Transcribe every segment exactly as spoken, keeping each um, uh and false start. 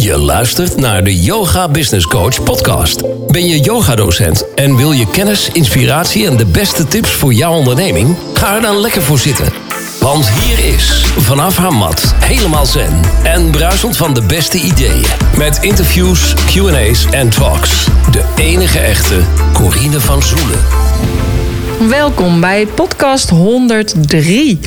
Je luistert naar de Yoga Business Coach podcast. Ben je yogadocent en wil je kennis, inspiratie en de beste tips voor jouw onderneming? Ga er dan lekker voor zitten. Want hier is, vanaf haar mat, helemaal zen en bruisend van de beste ideeën. Met interviews, Q en A's en talks. De enige echte Corine van Zoelen. Welkom bij podcast honderddrie.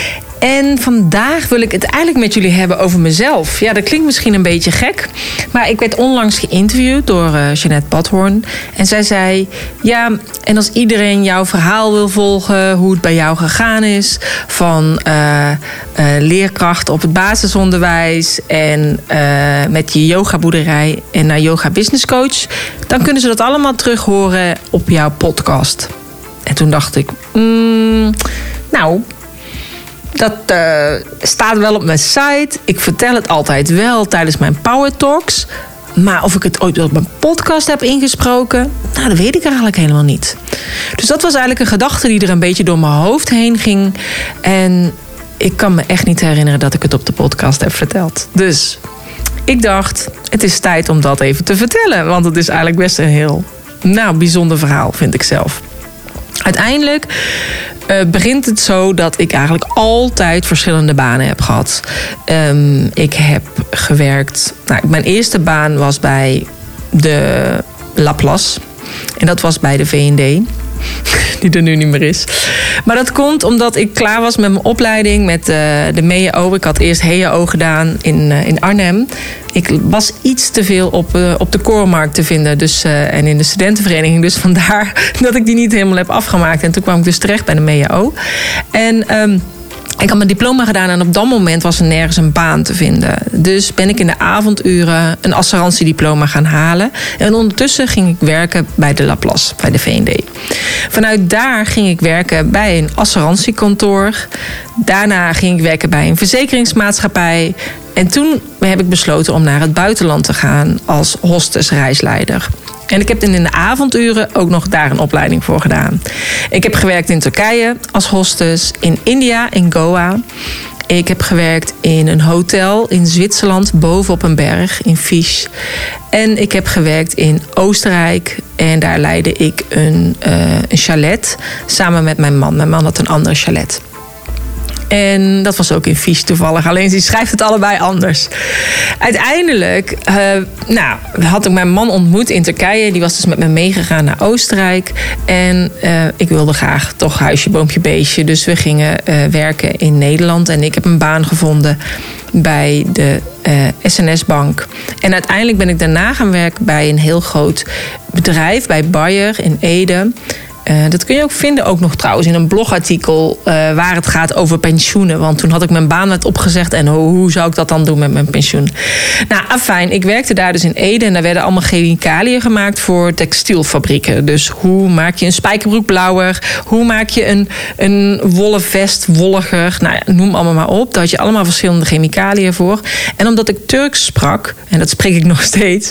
En vandaag wil ik het eigenlijk met jullie hebben over mezelf. Ja, dat klinkt misschien een beetje gek. Maar ik werd onlangs geïnterviewd door uh, Jeanette Badhoorn. En zij zei, ja, en als iedereen jouw verhaal wil volgen, hoe het bij jou gegaan is, van uh, uh, leerkracht op het basisonderwijs en uh, met je yogaboerderij en naar yoga business coach, dan kunnen ze dat allemaal terug horen op jouw podcast. En toen dacht ik, mm, nou, dat uh, staat wel op mijn site. Ik vertel het altijd wel tijdens mijn Power Talks. Maar of ik het ooit op mijn podcast heb ingesproken, nou, dat weet ik eigenlijk helemaal niet. Dus dat was eigenlijk een gedachte die er een beetje door mijn hoofd heen ging. En ik kan me echt niet herinneren dat ik het op de podcast heb verteld. Dus ik dacht, het is tijd om dat even te vertellen. Want het is eigenlijk best een heel, nou, bijzonder verhaal, vind ik zelf. Uiteindelijk uh, begint het zo dat ik eigenlijk altijd verschillende banen heb gehad. Um, ik heb gewerkt. Nou, mijn eerste baan was bij de Laplace. En dat was bij de V en D. Die er nu niet meer is. Maar dat komt omdat ik klaar was met mijn opleiding met uh, de M E A O. Ik had eerst H E A O gedaan in, uh, in Arnhem. Ik was iets te veel op, uh, op de korenmarkt te vinden. Dus, uh, en in de studentenvereniging. Dus vandaar dat ik die niet helemaal heb afgemaakt. En toen kwam ik dus terecht bij de M E A O. En Um, ik had mijn diploma gedaan en op dat moment was er nergens een baan te vinden. Dus ben ik in de avonduren een assurantiediploma gaan halen. En ondertussen ging ik werken bij de Laplace, bij de V en D. Vanuit daar ging ik werken bij een assurantiekantoor. Daarna ging ik werken bij een verzekeringsmaatschappij. En toen heb ik besloten om naar het buitenland te gaan als hostess-reisleider. En ik heb in de avonduren ook nog daar een opleiding voor gedaan. Ik heb gewerkt in Turkije als hostess, in India, in Goa. Ik heb gewerkt in een hotel in Zwitserland, bovenop een berg, in Fisch. En ik heb gewerkt in Oostenrijk. En daar leidde ik een, uh, een chalet samen met mijn man. Mijn man had een ander chalet. En dat was ook in Fisch toevallig. Alleen die schrijft het allebei anders. Uiteindelijk uh, nou, had ik mijn man ontmoet in Turkije. Die was dus met me meegegaan naar Oostenrijk. En uh, ik wilde graag toch huisje, boompje, beestje. Dus we gingen uh, werken in Nederland. En ik heb een baan gevonden bij de uh, S N S-bank. En uiteindelijk ben ik daarna gaan werken bij een heel groot bedrijf. Bij Bayer in Ede. Uh, dat kun je ook vinden, ook nog trouwens, in een blogartikel uh, waar het gaat over pensioenen. Want toen had ik mijn baan net opgezegd en hoe, hoe zou ik dat dan doen met mijn pensioen? Nou, afijn, ik werkte daar dus in Ede en daar werden allemaal chemicaliën gemaakt voor textielfabrieken. Dus hoe maak je een spijkerbroek blauwer? Hoe maak je een, een wollen vest wolliger? Nou, noem allemaal maar op. Daar had je allemaal verschillende chemicaliën voor. En omdat ik Turks sprak, en dat spreek ik nog steeds,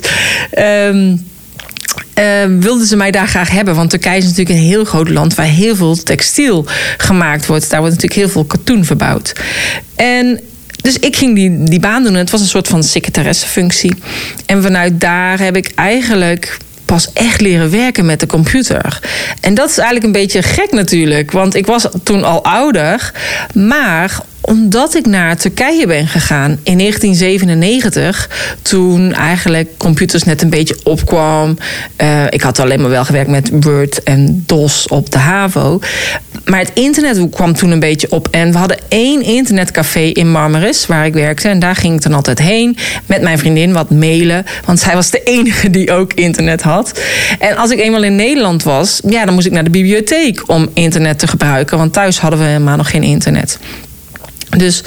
Um, Uh, wilden ze mij daar graag hebben. Want Turkije is natuurlijk een heel groot land waar heel veel textiel gemaakt wordt. Daar wordt natuurlijk heel veel katoen verbouwd. En dus ik ging die, die baan doen. En het was een soort van secretaressefunctie. En vanuit daar heb ik eigenlijk pas echt leren werken met de computer. En dat is eigenlijk een beetje gek natuurlijk. Want ik was toen al ouder. Maar omdat ik naar Turkije ben gegaan in negentien zevenennegentig... toen eigenlijk computers net een beetje opkwam. Uh, ik had alleen maar wel gewerkt met Word en DOS op de HAVO. Maar het internet kwam toen een beetje op. En we hadden één internetcafé in Marmaris, waar ik werkte. En daar ging ik dan altijd heen met mijn vriendin wat mailen. Want zij was de enige die ook internet had. En als ik eenmaal in Nederland was, ja, dan moest ik naar de bibliotheek om internet te gebruiken. Want thuis hadden we helemaal nog geen internet. Dus,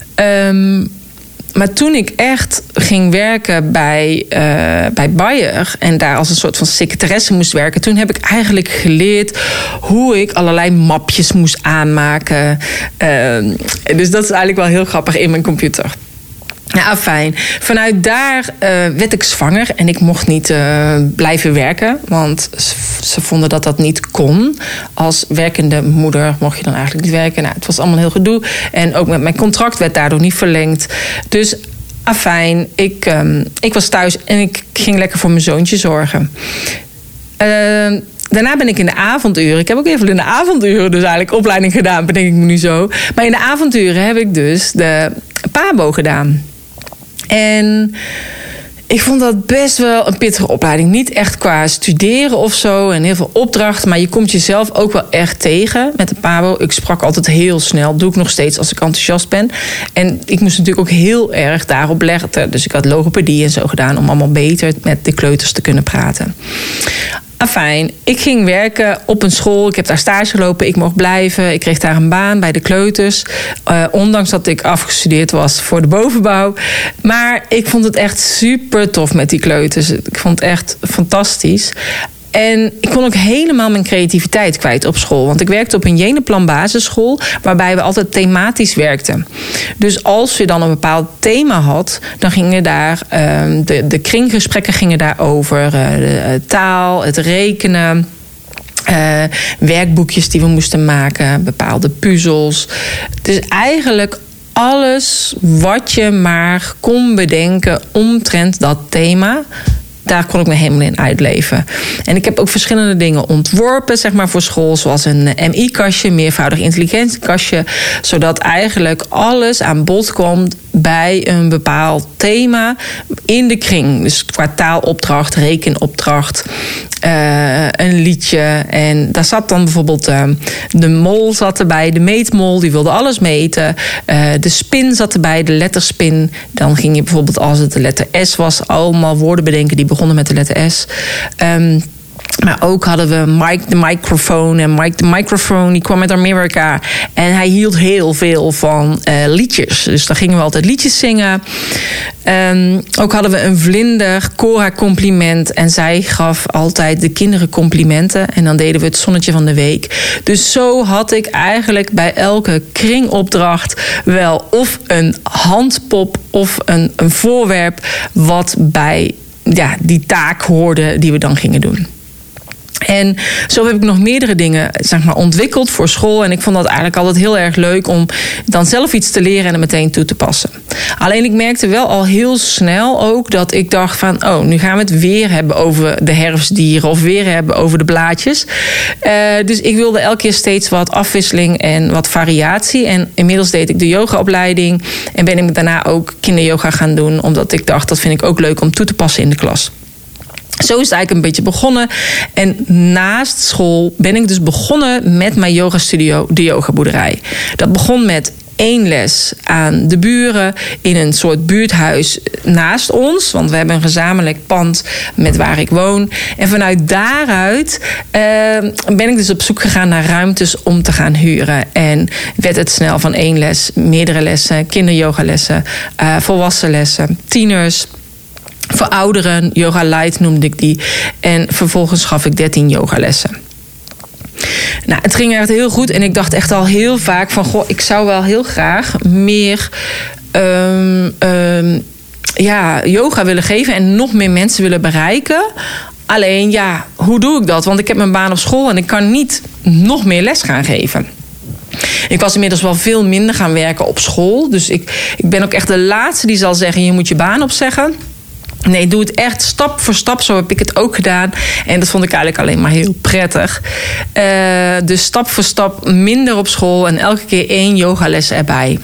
um, maar toen ik echt ging werken bij, uh, bij Bayer en daar als een soort van secretaresse moest werken, toen heb ik eigenlijk geleerd hoe ik allerlei mapjes moest aanmaken. Uh, dus dat is eigenlijk wel heel grappig in mijn computer. Ja, fijn. Vanuit daar uh, werd ik zwanger en ik mocht niet uh, blijven werken. Want ze vonden dat dat niet kon. Als werkende moeder mocht je dan eigenlijk niet werken. Nou, het was allemaal heel gedoe. En ook met mijn contract werd daardoor niet verlengd. Dus afijn, ik, um, ik was thuis en ik ging lekker voor mijn zoontje zorgen. Uh, daarna ben ik in de avonduren... Ik heb ook even in de avonduren dus eigenlijk opleiding gedaan, bedenk ik me nu zo. Maar in de avonduren heb ik dus de PABO gedaan. En ik vond dat best wel een pittige opleiding. Niet echt qua studeren of zo en heel veel opdrachten. Maar je komt jezelf ook wel echt tegen met de PABO. Ik sprak altijd heel snel. Dat doe ik nog steeds als ik enthousiast ben. En ik moest natuurlijk ook heel erg daarop letten. Dus ik had logopedie en zo gedaan om allemaal beter met de kleuters te kunnen praten. Afijn, ik ging werken op een school. Ik heb daar stage gelopen. Ik mocht blijven. Ik kreeg daar een baan bij de kleuters. Uh, ondanks dat ik afgestudeerd was voor de bovenbouw. Maar ik vond het echt super tof met die kleuters. Ik vond het echt fantastisch. En ik kon ook helemaal mijn creativiteit kwijt op school. Want ik werkte op een Jenaplan basisschool, waarbij we altijd thematisch werkten. Dus als je dan een bepaald thema had, dan gingen daar uh, de, de kringgesprekken gingen daarover. Uh, de uh, taal, het rekenen. Uh, werkboekjes die we moesten maken, bepaalde puzzels. Dus eigenlijk alles wat je maar kon bedenken omtrent dat thema, daar kon ik me helemaal in uitleven. En ik heb ook verschillende dingen ontworpen, zeg maar, voor school. Zoals een M I-kastje, meervoudig intelligentiekastje. Zodat eigenlijk alles aan bod komt bij een bepaald thema in de kring. Dus qua taalopdracht, rekenopdracht, uh, een liedje. En daar zat dan bijvoorbeeld uh, de mol zat erbij, de meetmol, die wilde alles meten. Uh, de spin zat erbij, de letterspin. Dan ging je bijvoorbeeld, als het de letter S was, allemaal woorden bedenken die begonnen met de letter S. Um, Maar ook hadden we Mike de microfoon. En Mike de microfoon, die kwam uit Amerika. En hij hield heel veel van uh, liedjes. Dus dan gingen we altijd liedjes zingen. Um, ook hadden we een vlinder, Cora compliment. En zij gaf altijd de kinderen complimenten. En dan deden we het zonnetje van de week. Dus zo had ik eigenlijk bij elke kringopdracht wel of een handpop of een, een voorwerp wat bij ja, die taak hoorde die we dan gingen doen. En zo heb ik nog meerdere dingen, zeg maar, ontwikkeld voor school. En ik vond dat eigenlijk altijd heel erg leuk om dan zelf iets te leren en er meteen toe te passen. Alleen ik merkte wel al heel snel ook dat ik dacht van, oh, nu gaan we het weer hebben over de herfstdieren of weer hebben over de blaadjes. Uh, dus ik wilde elke keer steeds wat afwisseling en wat variatie. En inmiddels deed ik de yogaopleiding en ben ik daarna ook kinderyoga gaan doen, omdat ik dacht, dat vind ik ook leuk om toe te passen in de klas. Zo is het eigenlijk een beetje begonnen. En naast school ben ik dus begonnen met mijn yogastudio, de Yogaboerderij. Dat begon met één les aan de buren in een soort buurthuis naast ons. Want we hebben een gezamenlijk pand met waar ik woon. En vanuit daaruit uh, ben ik dus op zoek gegaan naar ruimtes om te gaan huren. En werd het snel van één les, meerdere lessen, kinderyogalessen, uh, volwassenlessen, tieners. Voor ouderen, Yoga Light noemde ik die. En vervolgens gaf ik dertien yogalessen. Nou, het ging echt heel goed. En ik dacht echt al heel vaak van, goh, ik zou wel heel graag meer um, um, ja, yoga willen geven en nog meer mensen willen bereiken. Alleen, ja, hoe doe ik dat? Want ik heb mijn baan op school en ik kan niet nog meer les gaan geven. Ik was inmiddels wel veel minder gaan werken op school. Dus ik, ik ben ook echt de laatste die zal zeggen, je moet je baan opzeggen. Nee, doe het echt stap voor stap. Zo heb ik het ook gedaan. En dat vond ik eigenlijk alleen maar heel prettig. Uh, dus stap voor stap minder op school en elke keer één yogales erbij.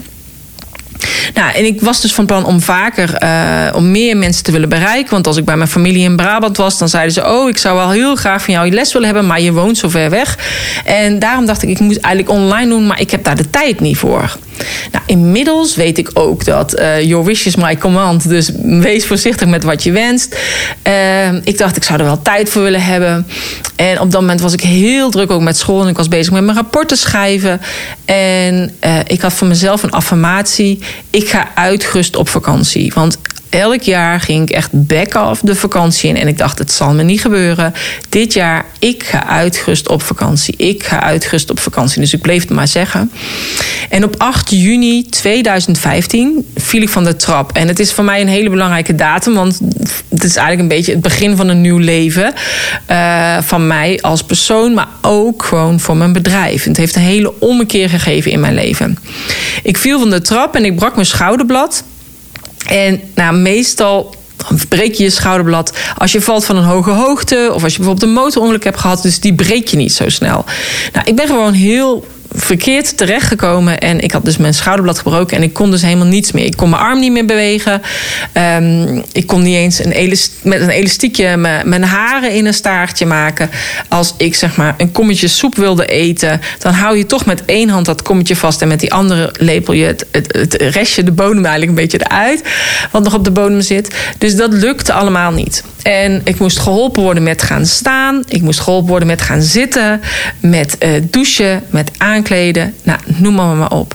Nou, en ik was dus van plan om vaker, uh, om meer mensen te willen bereiken. Want als ik bij mijn familie in Brabant was, dan zeiden ze, oh, ik zou wel heel graag van jou je les willen hebben, maar je woont zo ver weg. En daarom dacht ik, ik moet eigenlijk online doen, maar ik heb daar de tijd niet voor. Nou, inmiddels weet ik ook dat uh, your wish is my command. Dus wees voorzichtig met wat je wenst. Uh, ik dacht, ik zou er wel tijd voor willen hebben. En op dat moment was ik heel druk ook met school. En ik was bezig met mijn rapporten schrijven. En uh, ik had voor mezelf een affirmatie. Ik ga uitgerust op vakantie. Want elk jaar ging ik echt back off de vakantie in. En ik dacht, het zal me niet gebeuren. Dit jaar, ik ga uitgerust op vakantie. Ik ga uitgerust op vakantie. Dus ik bleef het maar zeggen. En op acht juni tweeduizend vijftien viel ik van de trap. En het is voor mij een hele belangrijke datum. Want het is eigenlijk een beetje het begin van een nieuw leven. Uh, van mij als persoon, maar ook gewoon voor mijn bedrijf. Het heeft een hele ommekeer gegeven in mijn leven. Ik viel van de trap en ik brak mijn schouderblad. En nou, meestal breek je je schouderblad als je valt van een hoge hoogte, of als je bijvoorbeeld een motorongeluk hebt gehad. Dus die breek je niet zo snel. Nou, ik ben gewoon heel verkeerd terechtgekomen en ik had dus mijn schouderblad gebroken en ik kon dus helemaal niets meer. Ik kon mijn arm niet meer bewegen. Um, ik kon niet eens een elast- met een elastiekje mijn, mijn haren in een staartje maken. Als ik zeg maar een kommetje soep wilde eten, dan hou je toch met één hand dat kommetje vast en met die andere lepel je het, het, het restje, de bodem eigenlijk een beetje eruit, wat nog op de bodem zit. Dus dat lukte allemaal niet. En ik moest geholpen worden met gaan staan. Ik moest geholpen worden met gaan zitten, met uh, douchen, met aankleden. Nou, noem maar maar op.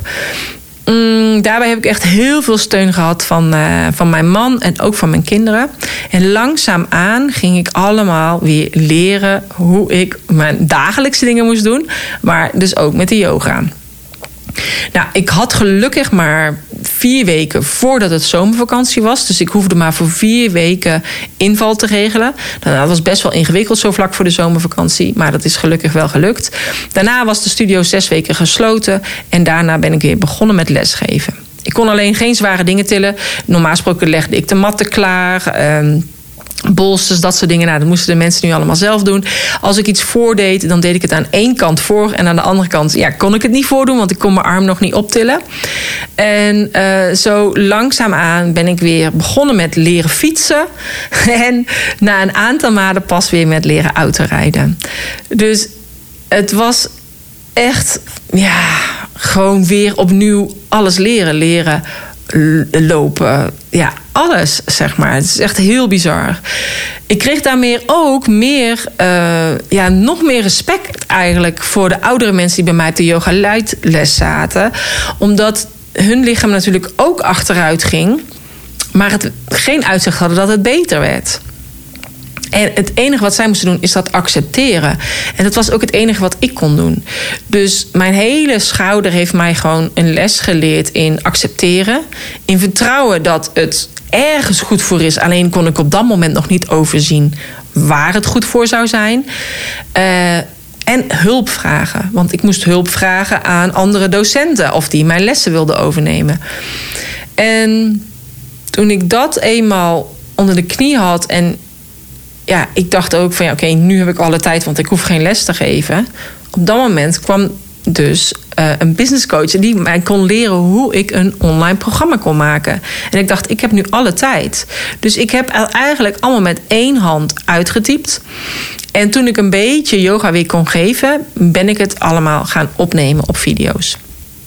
Mm, daarbij heb ik echt heel veel steun gehad van, uh, van mijn man en ook van mijn kinderen. En langzaamaan ging ik allemaal weer leren hoe ik mijn dagelijkse dingen moest doen. Maar dus ook met de yoga. Nou, ik had gelukkig maar vier weken voordat het zomervakantie was. Dus ik hoefde maar voor vier weken inval te regelen. Nou, dat was best wel ingewikkeld zo vlak voor de zomervakantie. Maar dat is gelukkig wel gelukt. Daarna was de studio zes weken gesloten. En daarna ben ik weer begonnen met lesgeven. Ik kon alleen geen zware dingen tillen. Normaal gesproken legde ik de matten klaar. Um, bolsters, dat soort dingen. Nou, dat moesten de mensen nu allemaal zelf doen. Als ik iets voordeed, dan deed ik het aan één kant voor. En aan de andere kant ja, kon ik het niet voordoen, want ik kon mijn arm nog niet optillen. En uh, zo langzaamaan ben ik weer begonnen met leren fietsen. En na een aantal maanden pas weer met leren autorijden. Dus het was echt, ja, gewoon weer opnieuw alles leren. Leren lopen, ja, alles, zeg maar. Het is echt heel bizar. Ik kreeg daarmee ook meer, uh, ja, nog meer respect eigenlijk voor de oudere mensen die bij mij op de yoga-leidles zaten. Omdat hun lichaam natuurlijk ook achteruit ging, maar het geen uitzicht hadden dat het beter werd. En het enige wat zij moesten doen is dat accepteren. En dat was ook het enige wat ik kon doen. Dus mijn hele schouder heeft mij gewoon een les geleerd in accepteren. In vertrouwen dat het ergens goed voor is. Alleen kon ik op dat moment nog niet overzien waar het goed voor zou zijn. Uh, En hulp vragen. Want ik moest hulp vragen aan andere docenten of die mijn lessen wilden overnemen. En toen ik dat eenmaal onder de knie had en ja, ik dacht ook van ja, oké, okay, nu heb ik alle tijd, want ik hoef geen les te geven. Op dat moment kwam dus uh, een business coach die mij kon leren hoe ik een online programma kon maken. En ik dacht, ik heb nu alle tijd. Dus ik heb eigenlijk allemaal met één hand uitgetypt. En toen ik een beetje yoga weer kon geven, ben ik het allemaal gaan opnemen op video's.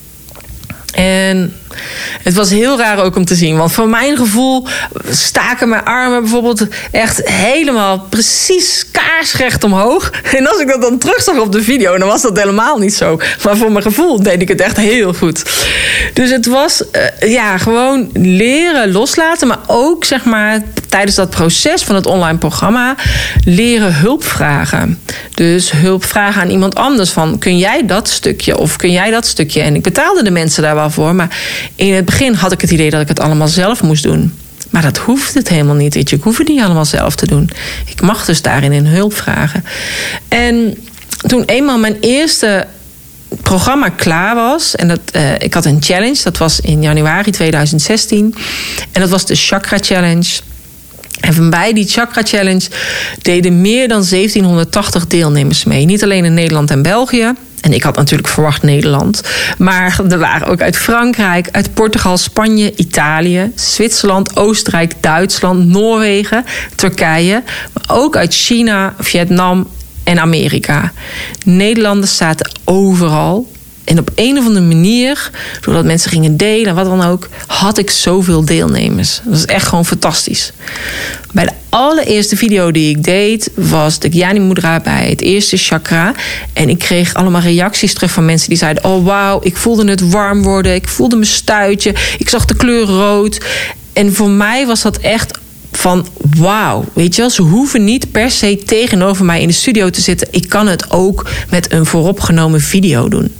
En het was heel raar ook om te zien. Want voor mijn gevoel staken mijn armen bijvoorbeeld echt helemaal precies kaarsrecht omhoog. En als ik dat dan terugzag op de video, dan was dat helemaal niet zo. Maar voor mijn gevoel deed ik het echt heel goed. Dus het was uh, ja, gewoon leren loslaten. Maar ook zeg maar tijdens dat proces van het online programma leren hulp vragen. Dus hulp vragen aan iemand anders van, kun jij dat stukje of kun jij dat stukje? En ik betaalde de mensen daar wel voor, maar in het begin had ik het idee dat ik het allemaal zelf moest doen. Maar dat hoeft het helemaal niet. Weet je. Ik hoef het niet allemaal zelf te doen. Ik mag dus daarin een hulp vragen. En toen eenmaal mijn eerste programma klaar was, en dat, uh, ik had een challenge, dat was in januari tweeduizend zestien. En dat was de Chakra Challenge. En van bij die Chakra Challenge deden meer dan zeventienhonderdtachtig deelnemers mee. Niet alleen in Nederland en België. En ik had natuurlijk verwacht Nederland. Maar er waren ook uit Frankrijk, uit Portugal, Spanje, Italië, Zwitserland, Oostenrijk, Duitsland, Noorwegen, Turkije. Maar ook uit China, Vietnam en Amerika. Nederlanders zaten overal. En op een of andere manier, doordat mensen gingen delen, wat dan ook, had ik zoveel deelnemers. Dat is echt gewoon fantastisch. Bij de allereerste video die ik deed, was de Jnana Mudra bij het eerste chakra. En ik kreeg allemaal reacties terug van mensen die zeiden, oh wauw, ik voelde het warm worden, ik voelde mijn stuitje, ik zag de kleur rood. En voor mij was dat echt van wauw, weet je wel, ze hoeven niet per se tegenover mij in de studio te zitten. Ik kan het ook met een vooropgenomen video doen.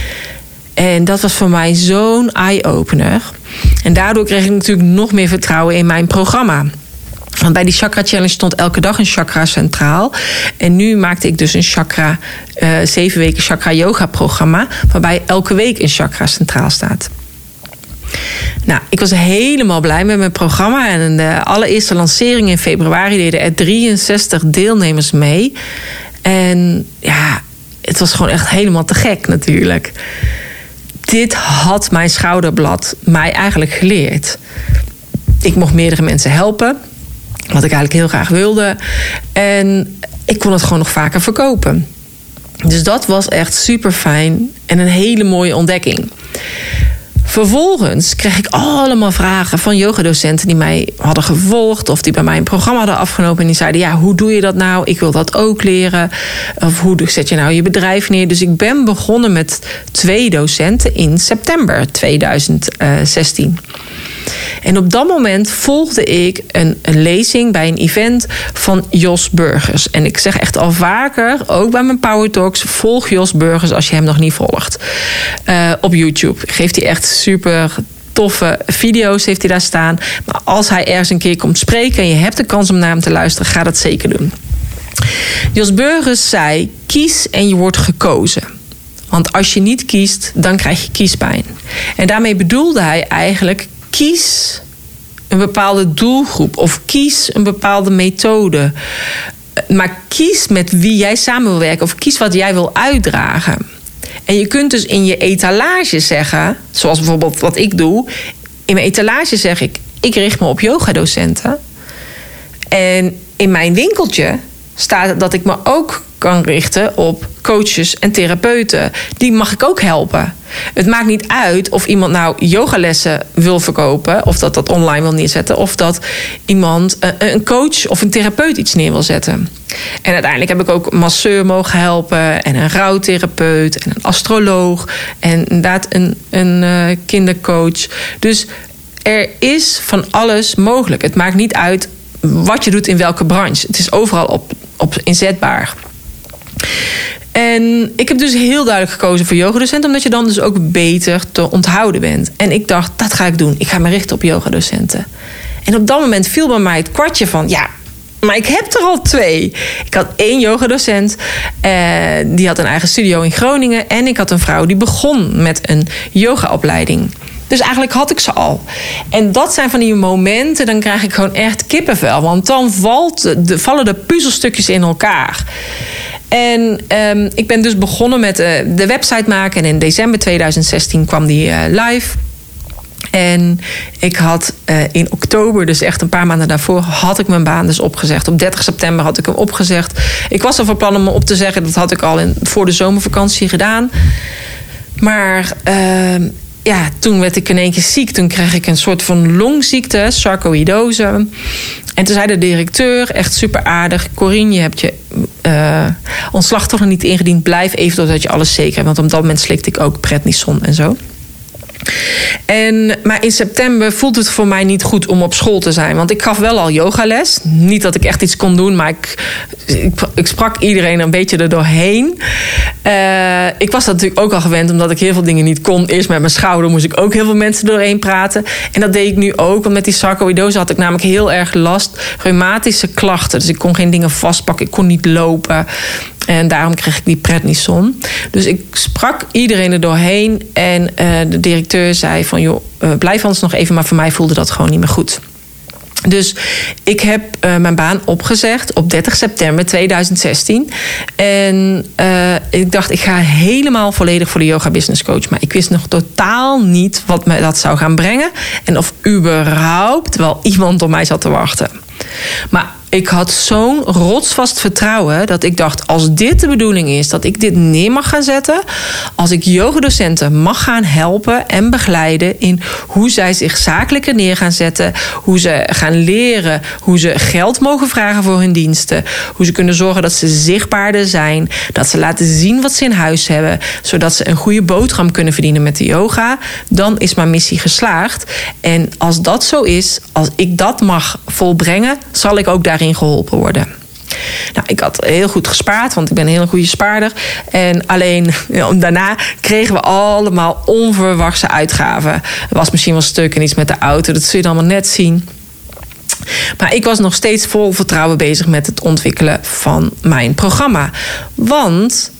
En dat was voor mij zo'n eye-opener. En daardoor kreeg ik natuurlijk nog meer vertrouwen in mijn programma. Want bij die Chakra Challenge stond elke dag een chakra centraal. En nu maakte ik dus een chakra, uh, zeven weken chakra yoga programma, waarbij elke week een chakra centraal staat. Nou, ik was helemaal blij met mijn programma. En de allereerste lancering in februari deden er drieënzestig deelnemers mee. En ja, het was gewoon echt helemaal te gek natuurlijk. Dit had mijn schouderblad mij eigenlijk geleerd. Ik mocht meerdere mensen helpen, wat ik eigenlijk heel graag wilde. En ik kon het gewoon nog vaker verkopen. Dus dat was echt super fijn en een hele mooie ontdekking. Vervolgens kreeg ik allemaal vragen van yogadocenten die mij hadden gevolgd of die bij mij een programma hadden afgenomen. En die zeiden, ja, hoe doe je dat nou? Ik wil dat ook leren. Of hoe zet je nou je bedrijf neer? Dus ik ben begonnen met twee docenten in september tweeduizend zestien. En op dat moment volgde ik een, een lezing bij een event van Jos Burgers. En ik zeg echt al vaker, ook bij mijn Power Talks, volg Jos Burgers als je hem nog niet volgt. Uh, op YouTube geeft hij echt super toffe video's, heeft hij daar staan. Maar als hij ergens een keer komt spreken en je hebt de kans om naar hem te luisteren, ga dat zeker doen. Jos Burgers zei, kies en je wordt gekozen. Want als je niet kiest, dan krijg je kiespijn. En daarmee bedoelde hij eigenlijk, kies een bepaalde doelgroep of kies een bepaalde methode. Maar kies met wie jij samen wil werken of kies wat jij wil uitdragen. En je kunt dus in je etalage zeggen, zoals bijvoorbeeld wat ik doe. In mijn etalage zeg ik, ik richt me op yogadocenten. En in mijn winkeltje staat dat ik me ook kan richten op coaches en therapeuten. Die mag ik ook helpen. Het maakt niet uit of iemand nou yogalessen wil verkopen, of dat dat online wil neerzetten, of dat iemand een coach of een therapeut iets neer wil zetten. En uiteindelijk heb ik ook een masseur mogen helpen en een rouwtherapeut en een astroloog en inderdaad een, een uh, kindercoach. Dus er is van alles mogelijk. Het maakt niet uit wat je doet in welke branche. Het is overal op, op inzetbaar. En ik heb dus heel duidelijk gekozen voor yogadocent, omdat je dan dus ook beter te onthouden bent. En ik dacht, dat ga ik doen. Ik ga me richten op yogadocenten. En op dat moment viel bij mij het kwartje van, ja, maar ik heb er al twee. Ik had één yogadocent, eh, die had een eigen studio in Groningen. En ik had een vrouw die begon met een yogaopleiding. Dus eigenlijk had ik ze al. En dat zijn van die momenten, dan krijg ik gewoon echt kippenvel. Want dan valt de, vallen de puzzelstukjes in elkaar. En um, ik ben dus begonnen met uh, de website maken. En in december tweeduizend zestien kwam die uh, live. En ik had uh, in oktober, dus echt een paar maanden daarvoor, had ik mijn baan dus opgezegd. Op dertig september had ik hem opgezegd. Ik was er van plan om me op te zeggen. Dat had ik al in, voor de zomervakantie gedaan. Maar Uh, ja, toen werd ik in één keer ziek. Toen kreeg ik een soort van longziekte, sarcoïdose. En toen zei de directeur, echt super aardig, Corine, je hebt je uh, ontslag toch nog niet ingediend. Blijf even totdat je alles zeker hebt. Want op dat moment slikte ik ook prednison en zo. En, maar in september voelde het voor mij niet goed om op school te zijn. Want ik gaf wel al yogales. Niet dat ik echt iets kon doen, maar ik, ik, ik sprak iedereen een beetje er doorheen. Uh, ik was dat natuurlijk ook al gewend, omdat ik heel veel dingen niet kon. Eerst met mijn schouder moest ik ook heel veel mensen doorheen praten. En dat deed ik nu ook, want met die sarcoïdose had ik namelijk heel erg last. Reumatische klachten, dus ik kon geen dingen vastpakken. Ik kon niet lopen. En daarom kreeg ik die prednison. Dus ik sprak iedereen er doorheen. En uh, de directeur zei van, joh, uh, blijf anders nog even. Maar voor mij voelde dat gewoon niet meer goed. Dus ik heb uh, mijn baan opgezegd op dertig september tweeduizend zestien. En uh, ik dacht, ik ga helemaal volledig voor de yoga business coach. Maar ik wist nog totaal niet wat me dat zou gaan brengen. En of überhaupt wel iemand op mij zat te wachten. Maar ik had zo'n rotsvast vertrouwen dat ik dacht, als dit de bedoeling is, dat ik dit neer mag gaan zetten, als ik yogadocenten mag gaan helpen en begeleiden in hoe zij zich zakelijker neer gaan zetten, hoe ze gaan leren, hoe ze geld mogen vragen voor hun diensten, hoe ze kunnen zorgen dat ze zichtbaarder zijn, dat ze laten zien wat ze in huis hebben, zodat ze een goede boterham kunnen verdienen met de yoga, dan is mijn missie geslaagd. En als dat zo is, als ik dat mag volbrengen, zal ik ook daarin geholpen worden. Nou, ik had heel goed gespaard, want ik ben een hele goede spaarder. En alleen ja, daarna kregen we allemaal onverwachte uitgaven. Er was misschien wel stuk en iets met de auto, dat zul je allemaal net zien. Maar ik was nog steeds vol vertrouwen bezig met het ontwikkelen van mijn programma. Want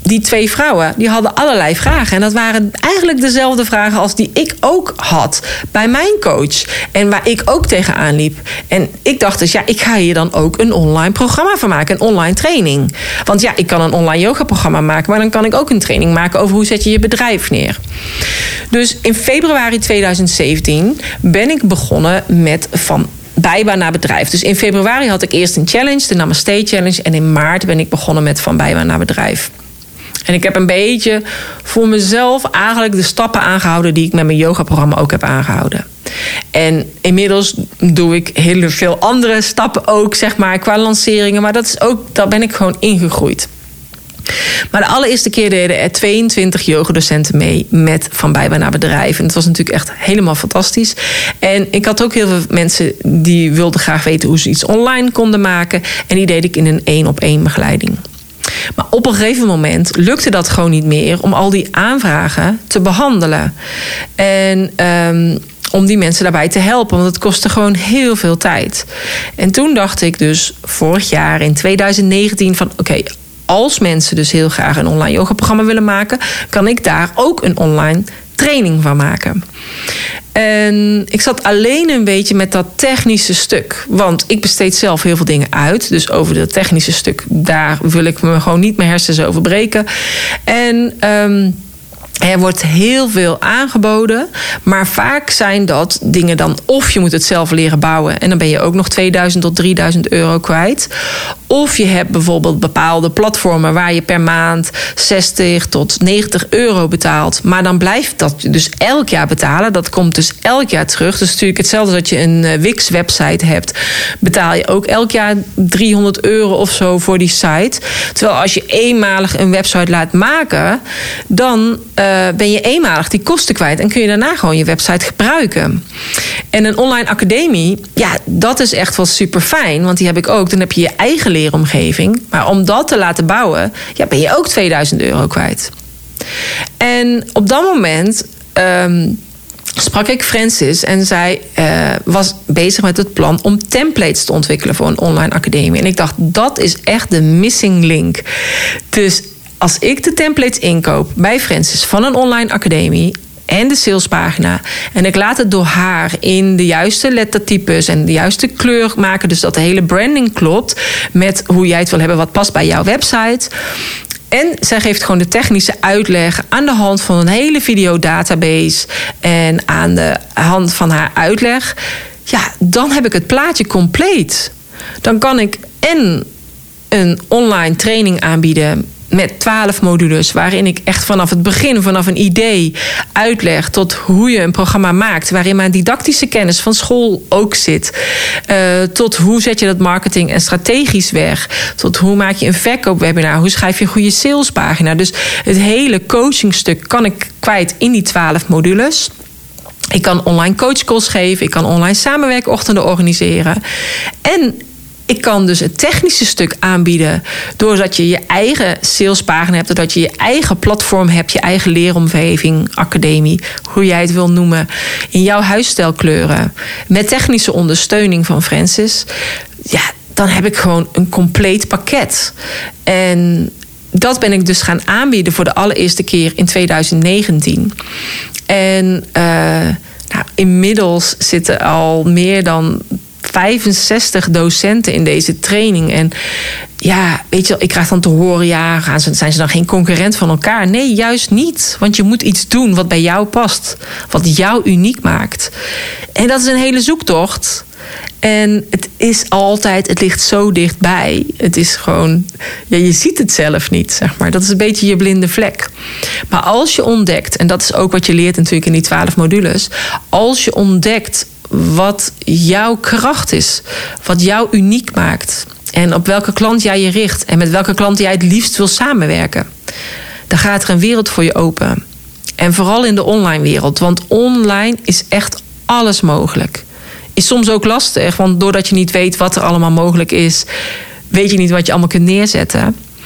die twee vrouwen, die hadden allerlei vragen. En dat waren eigenlijk dezelfde vragen als die ik ook had bij mijn coach. En waar ik ook tegenaan liep. En ik dacht dus, ja, ik ga hier dan ook een online programma van maken. Een online training. Want ja, ik kan een online yoga programma maken, maar dan kan ik ook een training maken over hoe zet je je bedrijf neer. Dus in februari tweeduizend zeventien ben ik begonnen met van bijbaan naar bedrijf. Dus in februari had ik eerst een challenge, de Namaste Challenge. En in maart ben ik begonnen met van bijbaan naar bedrijf. En ik heb een beetje voor mezelf eigenlijk de stappen aangehouden die ik met mijn yogaprogramma ook heb aangehouden. En inmiddels doe ik heel veel andere stappen ook, zeg maar, qua lanceringen. Maar dat is ook, daar ben ik gewoon ingegroeid. Maar de allereerste keer deden er tweeëntwintig yogadocenten mee met van bijbaan naar bedrijf. En het was natuurlijk echt helemaal fantastisch. En ik had ook heel veel mensen die wilden graag weten hoe ze iets online konden maken. En die deed ik in een één-op-één begeleiding. Maar op een gegeven moment lukte dat gewoon niet meer om al die aanvragen te behandelen. En um, om die mensen daarbij te helpen, want het kostte gewoon heel veel tijd. En toen dacht ik dus vorig jaar in tweeduizend negentien van oké, okay, als mensen dus heel graag een online yogaprogramma willen maken, kan ik daar ook een online training van maken. En ik zat alleen een beetje met dat technische stuk. Want ik besteed zelf heel veel dingen uit. Dus over dat technische stuk, daar wil ik me gewoon niet mijn hersens over breken. En um, er wordt heel veel aangeboden. Maar vaak zijn dat dingen dan of je moet het zelf leren bouwen. En dan ben je ook nog tweeduizend tot drieduizend euro kwijt. Of je hebt bijvoorbeeld bepaalde platformen waar je per maand zestig tot negentig euro betaalt. Maar dan blijft dat dus elk jaar betalen. Dat komt dus elk jaar terug. Dus natuurlijk hetzelfde als dat je een Wix-website hebt. Betaal je ook elk jaar driehonderd euro of zo voor die site. Terwijl als je eenmalig een website laat maken, dan uh, ben je eenmalig die kosten kwijt. En kun je daarna gewoon je website gebruiken. En een online academie, ja, dat is echt wel super fijn. Want die heb ik ook. Dan heb je je eigen leeromgeving. Maar om dat te laten bouwen, ja, ben je ook tweeduizend euro kwijt. En op dat moment um, sprak ik Francis en zij uh, was bezig met het plan om templates te ontwikkelen voor een online academie. En ik dacht, dat is echt de missing link. Dus als ik de templates inkoop bij Francis van een online academie en de salespagina, en ik laat het door haar in de juiste lettertypes en de juiste kleur maken, dus dat de hele branding klopt met hoe jij het wil hebben, wat past bij jouw website. En zij geeft gewoon de technische uitleg aan de hand van een hele videodatabase en aan de hand van haar uitleg. Ja, dan heb ik het plaatje compleet. Dan kan ik en een online training aanbieden met twaalf modules, waarin ik echt vanaf het begin, vanaf een idee uitleg tot hoe je een programma maakt, waarin mijn didactische kennis van school ook zit. Uh, tot hoe zet je dat marketing en strategisch weg. Tot hoe maak je een verkoopwebinar, hoe schrijf je een goede salespagina. Dus het hele coachingstuk kan ik kwijt in die twaalf modules. Ik kan online coachcalls geven, ik kan online samenwerkochtenden organiseren. En ik kan dus het technische stuk aanbieden doordat je je eigen salespagina hebt, doordat je je eigen platform hebt, je eigen leeromgeving, academie, hoe jij het wil noemen, in jouw huisstijlkleuren, met technische ondersteuning van Francis. Ja, dan heb ik gewoon een compleet pakket. En dat ben ik dus gaan aanbieden voor de allereerste keer in tweeduizend negentien. En uh, nou, inmiddels zitten al meer dan vijfenzestig docenten in deze training. En ja, weet je wel, ik krijg dan te horen, ja, gaan ze, zijn ze dan geen concurrent van elkaar? Nee, juist niet. Want je moet iets doen wat bij jou past. Wat jou uniek maakt. En dat is een hele zoektocht. En het is altijd, het ligt zo dichtbij. Het is gewoon, ja, je ziet het zelf niet, zeg maar. Dat is een beetje je blinde vlek. Maar als je ontdekt, en dat is ook wat je leert natuurlijk in die twaalf modules, als je ontdekt wat jouw kracht is, wat jou uniek maakt en op welke klant jij je richt en met welke klant jij het liefst wil samenwerken, dan gaat er een wereld voor je open. En vooral in de online wereld, want online is echt alles mogelijk. Is soms ook lastig, want doordat je niet weet wat er allemaal mogelijk is, weet je niet wat je allemaal kunt neerzetten.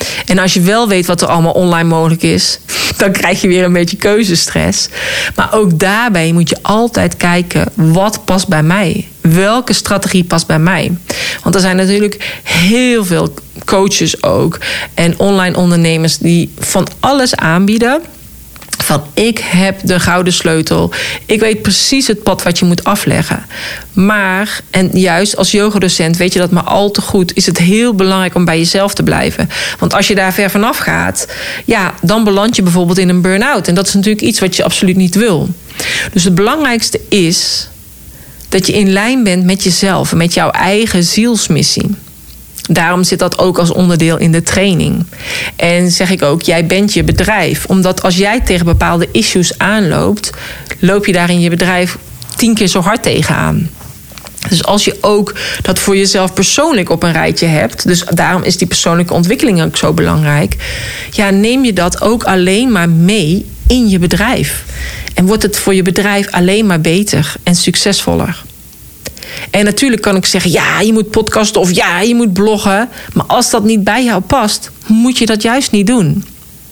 En als je wel weet wat er allemaal online mogelijk is, dan krijg je weer een beetje keuzestress. Maar ook daarbij moet je altijd kijken, wat past bij mij? Welke strategie past bij mij? Want er zijn natuurlijk heel veel coaches ook en online ondernemers die van alles aanbieden. Van ik heb de gouden sleutel. Ik weet precies het pad wat je moet afleggen. Maar, en juist als yogadocent weet je dat maar al te goed, is het heel belangrijk om bij jezelf te blijven. Want als je daar ver vanaf gaat, ja, dan beland je bijvoorbeeld in een burn-out. En dat is natuurlijk iets wat je absoluut niet wil. Dus het belangrijkste is dat je in lijn bent met jezelf en met jouw eigen zielsmissie. Daarom zit dat ook als onderdeel in de training. En zeg ik ook, jij bent je bedrijf. Omdat als jij tegen bepaalde issues aanloopt, loop je daar in je bedrijf tien keer zo hard tegenaan. Dus als je ook dat voor jezelf persoonlijk op een rijtje hebt, dus daarom is die persoonlijke ontwikkeling ook zo belangrijk, ja, neem je dat ook alleen maar mee in je bedrijf. En wordt het voor je bedrijf alleen maar beter en succesvoller. En natuurlijk kan ik zeggen, ja, je moet podcasten of ja, je moet bloggen. Maar als dat niet bij jou past, moet je dat juist niet doen.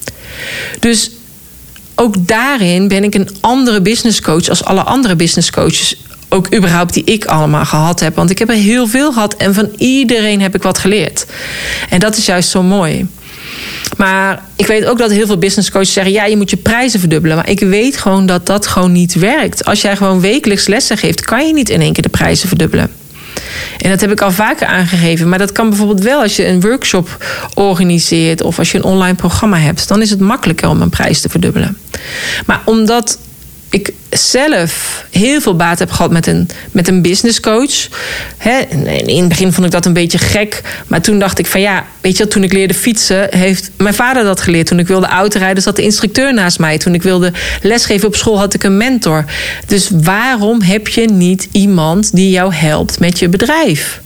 Dus ook daarin ben ik een andere business coach als alle andere business coaches. Ook überhaupt die ik allemaal gehad heb. Want ik heb er heel veel gehad en van iedereen heb ik wat geleerd. En dat is juist zo mooi. Maar ik weet ook dat heel veel business coaches zeggen, ja, je moet je prijzen verdubbelen. Maar ik weet gewoon dat dat gewoon niet werkt. Als jij gewoon wekelijks lessen geeft, kan je niet in één keer de prijzen verdubbelen. En dat heb ik al vaker aangegeven. Maar dat kan bijvoorbeeld wel als je een workshop organiseert of als je een online programma hebt. Dan is het makkelijker om een prijs te verdubbelen. Maar omdat ik zelf heel veel baat heb gehad met een, met een business coach. He, in het begin vond ik dat een beetje gek. Maar toen dacht ik van ja, weet je, toen ik leerde fietsen, heeft mijn vader dat geleerd. Toen ik wilde autorijden, zat de instructeur naast mij. Toen ik wilde lesgeven op school, had ik een mentor. Dus waarom heb je niet iemand die jou helpt met je bedrijf?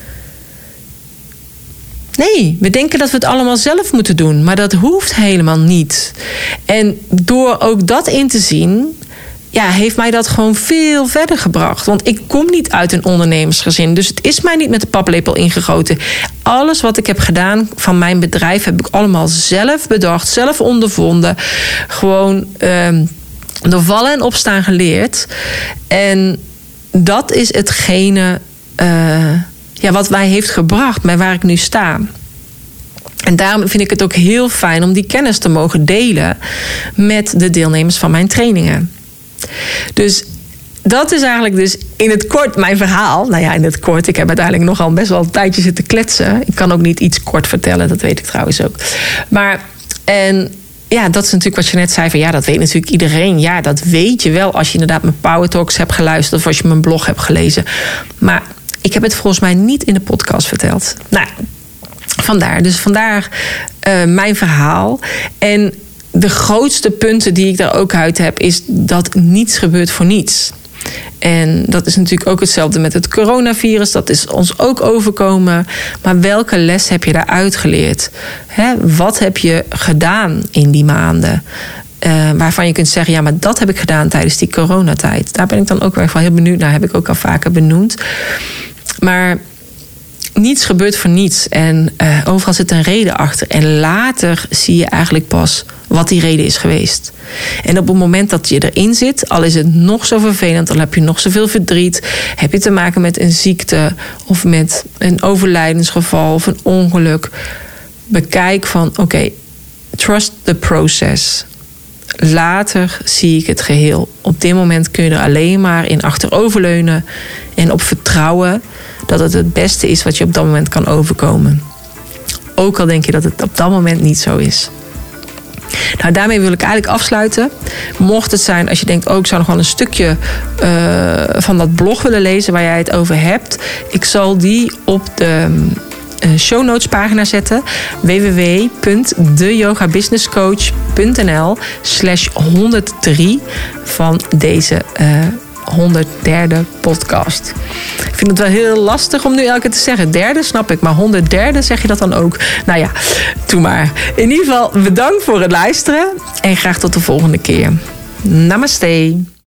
Nee, we denken dat we het allemaal zelf moeten doen. Maar dat hoeft helemaal niet. En door ook dat in te zien, ja, heeft mij dat gewoon veel verder gebracht. Want ik kom niet uit een ondernemersgezin. Dus het is mij niet met de paplepel ingegoten. Alles wat ik heb gedaan van mijn bedrijf heb ik allemaal zelf bedacht, zelf ondervonden. Gewoon uh, door vallen en opstaan geleerd. En dat is hetgene Uh, Ja, wat mij heeft gebracht, bij waar ik nu sta. En daarom vind ik het ook heel fijn om die kennis te mogen delen met de deelnemers van mijn trainingen. Dus dat is eigenlijk dus in het kort mijn verhaal. Nou ja, in het kort. Ik heb uiteindelijk nogal best wel een tijdje zitten kletsen. Ik kan ook niet iets kort vertellen, dat weet ik trouwens ook. Maar, en ja, dat is natuurlijk wat je net zei. Van ja, dat weet natuurlijk iedereen. Ja, dat weet je wel als je inderdaad mijn Power Talks hebt geluisterd of als je mijn blog hebt gelezen. Maar ik heb het volgens mij niet in de podcast verteld. Nou, vandaar. Dus vandaar uh, mijn verhaal. En de grootste punten die ik daar ook uit heb, is dat niets gebeurt voor niets. En dat is natuurlijk ook hetzelfde met het coronavirus. Dat is ons ook overkomen. Maar welke les heb je daaruit geleerd? Hè? Wat heb je gedaan in die maanden? Uh, waarvan je kunt zeggen, ja, maar dat heb ik gedaan tijdens die coronatijd. Daar ben ik dan ook wel heel benieuwd naar. Heb ik ook al vaker benoemd. Maar niets gebeurt voor niets. En uh, overal zit een reden achter. En later zie je eigenlijk pas wat die reden is geweest. En op het moment dat je erin zit, al is het nog zo vervelend, al heb je nog zoveel verdriet, heb je te maken met een ziekte of met een overlijdensgeval of een ongeluk. Bekijk van, oké, okay, trust the process. Later zie ik het geheel. Op dit moment kun je er alleen maar in achteroverleunen en op vertrouwen dat het het beste is wat je op dat moment kan overkomen. Ook al denk je dat het op dat moment niet zo is. Nou, daarmee wil ik eigenlijk afsluiten. Mocht het zijn, als je denkt, oh, ik zou nog wel een stukje uh, van dat blog willen lezen waar jij het over hebt. Ik zal die op de uh, show notes pagina zetten. w w w punt de yoga business coach punt n l slash honderddrie van deze uh, honderdderde podcast. Ik vind het wel heel lastig om nu elke keer te zeggen. Derde, snap ik. Maar honderdderde, zeg je dat dan ook? Nou ja, doe maar. In ieder geval, bedankt voor het luisteren. En graag tot de volgende keer. Namaste.